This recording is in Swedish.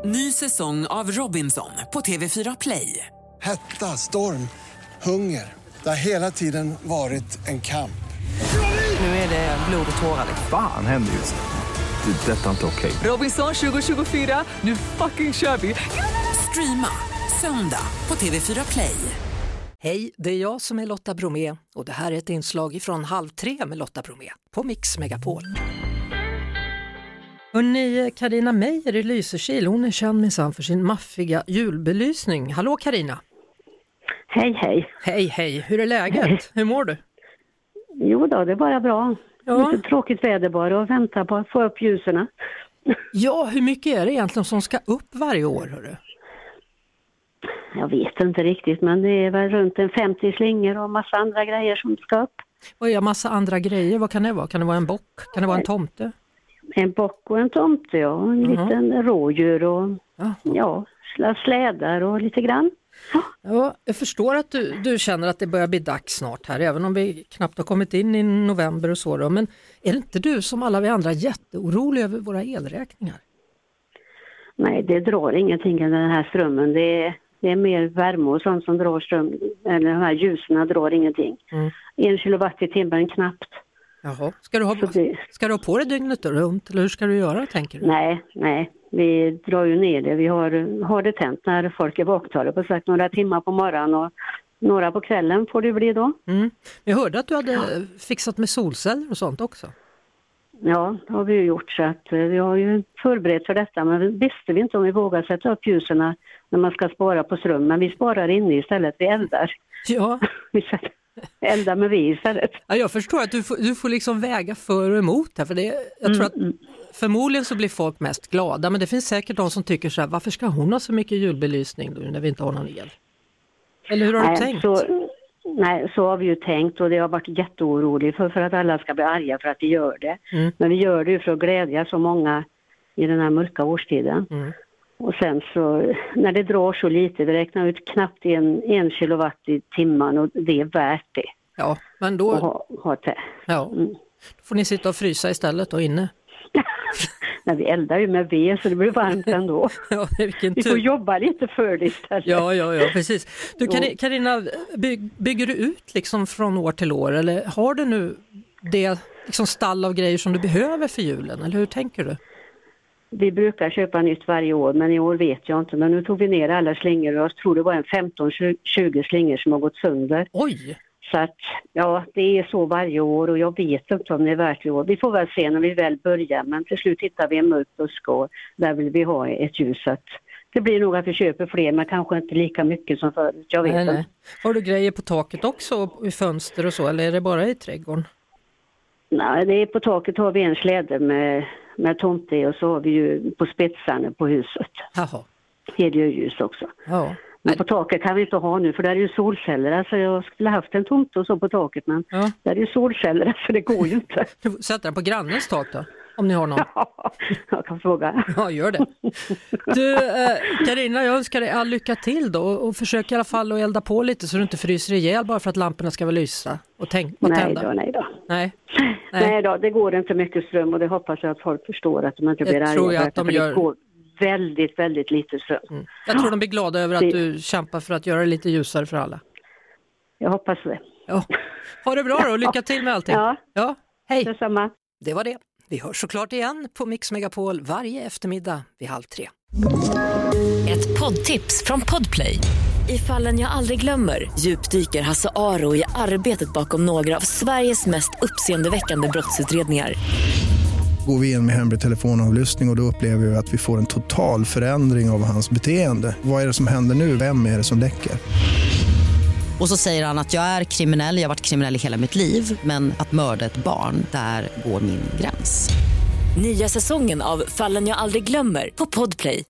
Ny säsong av Robinson på TV4 Play. Hetta, storm, hunger. Det har hela tiden varit en kamp. Nu är det blod och tårar. Fan händer just nu. Det är detta inte okej. Robinson 2024, nu fucking kör vi. Streama söndag på TV4 Play. Hej, det är jag som är Lotta Bromé och det här är ett inslag från 2:30 med Lotta Bromé på Mix Megapol. Hörrni, Carina Meijer i Lysekil, hon är känd minsann för sin maffiga julbelysning. Hallå Carina! Hej, hej. Hej, hej. Hur är läget? Hej. Hur mår du? Jo då, det är bara bra. Ja. Lite tråkigt väder bara och vänta på att få upp ljuserna. Ja, hur mycket är det egentligen som ska upp varje år, hörru? Jag vet inte riktigt, men det är väl runt en 50 slingor och massa andra grejer som ska upp. Vad är massa andra grejer? Vad kan det vara? Kan det vara en bock? Kan det vara en tomte? En bock och en tomte, ja. En liten rådjur och ja, slädar och lite grann. Ja, jag förstår att du känner att det börjar bli dags snart här, även om vi knappt har kommit in i november och så då. Men är det inte du som alla vi andra jätteorolig över våra elräkningar? Nej, det drar ingenting i den här strömmen. Det är mer värme och sånt som drar ström. Eller de här ljusen drar ingenting. 1 kilowatt i timmen knappt. Jaha. Ska du ha på det dygnet då, runt? Eller hur ska du göra, tänker du? Nej. Vi drar ju ner det. Vi har det tänt när folk är vakna på sagt några timmar på morgonen och några på kvällen får det bli då. Jag hörde att du hade fixat med solceller och sånt också. Ja, det har vi ju gjort så att vi har ju förberett för detta, men visste vi inte om vi vågar sätta upp ljusen när man ska spara på ström, men vi sparar inne istället, vi eldar. Ja. Vi eldar med vi istället. Ja, jag förstår att du får liksom väga för och emot här, för jag tror att förmodligen så blir folk mest glada, men det finns säkert de som tycker så här, varför ska hon ha så mycket julbelysning då, när vi inte har någon el? Eller hur har du tänkt? Så har vi ju tänkt, och det har varit jätteorolig för att alla ska bli arga för att vi gör det. Men vi gör det ju för att glädja så många i den här mörka årstiden. Och sen så, när det drar så lite, vi räknar ut knappt en kilowatt i timman och det är värt det. Ja, men då... Ha det. Ja, då får ni sitta och frysa istället och inne. Nej, vi eldar ju med ved så det blir varmt ändå. Ja, vilken tur. Vi får jobba lite för det istället. Ja, precis. Du, Carina, bygger du ut liksom från år till år, eller har du nu det liksom stall av grejer som du behöver för julen, eller hur tänker du? Vi brukar köpa nytt varje år, men i år vet jag inte. Men nu tog vi ner alla slingor och jag tror det var en 15-20 slingor som har gått sönder. Oj! Så att, ja, det är så varje år och jag vet inte om det är värt i år. Vi får väl se när vi väl börjar, men till slut hittar vi en mörk buske och där vill vi ha ett ljus. Så att det blir nog att vi köper fler, men kanske inte lika mycket som förut. Jag vet inte. Har du grejer på taket också, i fönster och så, eller är det bara i trädgården? Nej, det är på taket har vi en släde med tomte och så har vi ju på spetsarna på huset. Jaha. Helljus också. Ja. Men på taket kan vi inte ha nu, för där är ju solceller. Alltså jag skulle haft en tomte och så på taket, men där är ju solceller, så det går ju inte. Du sätter den på grannens tak då, om ni har någon. Ja, jag kan fråga. Ja, gör det. Du, Carina, jag önskar dig all lycka till då, och försök i alla fall att elda på lite så du inte fryser ihjäl bara för att lamporna ska väl lysa och tända. Nej då, det går inte mycket ström och det hoppas jag att folk förstår att de inte blir arga. Tror jag att de gör. Det går väldigt, väldigt lite ström. Jag tror de blir glada över att du kämpar för att göra det lite ljusare för alla. Jag hoppas det. Ja. Ha det bra då och lycka till med allting. Ja. Hej. Detsamma. Det var det. Vi hörs såklart igen på Mix Megapol varje eftermiddag vid 2:30. Ett poddtips från Podplay. I Fallen jag aldrig glömmer djupdyker Hasse Aro i arbetet bakom några av Sveriges mest uppseendeväckande brottsutredningar. Går vi in med hemlig telefonavlyssning och då upplever vi att vi får en total förändring av hans beteende. Vad är det som händer nu? Vem är det som läcker? Och så säger han att jag är kriminell, jag har varit kriminell i hela mitt liv. Men att mörda ett barn, där går min gräns. Nya säsongen av Fallen jag aldrig glömmer på Podplay.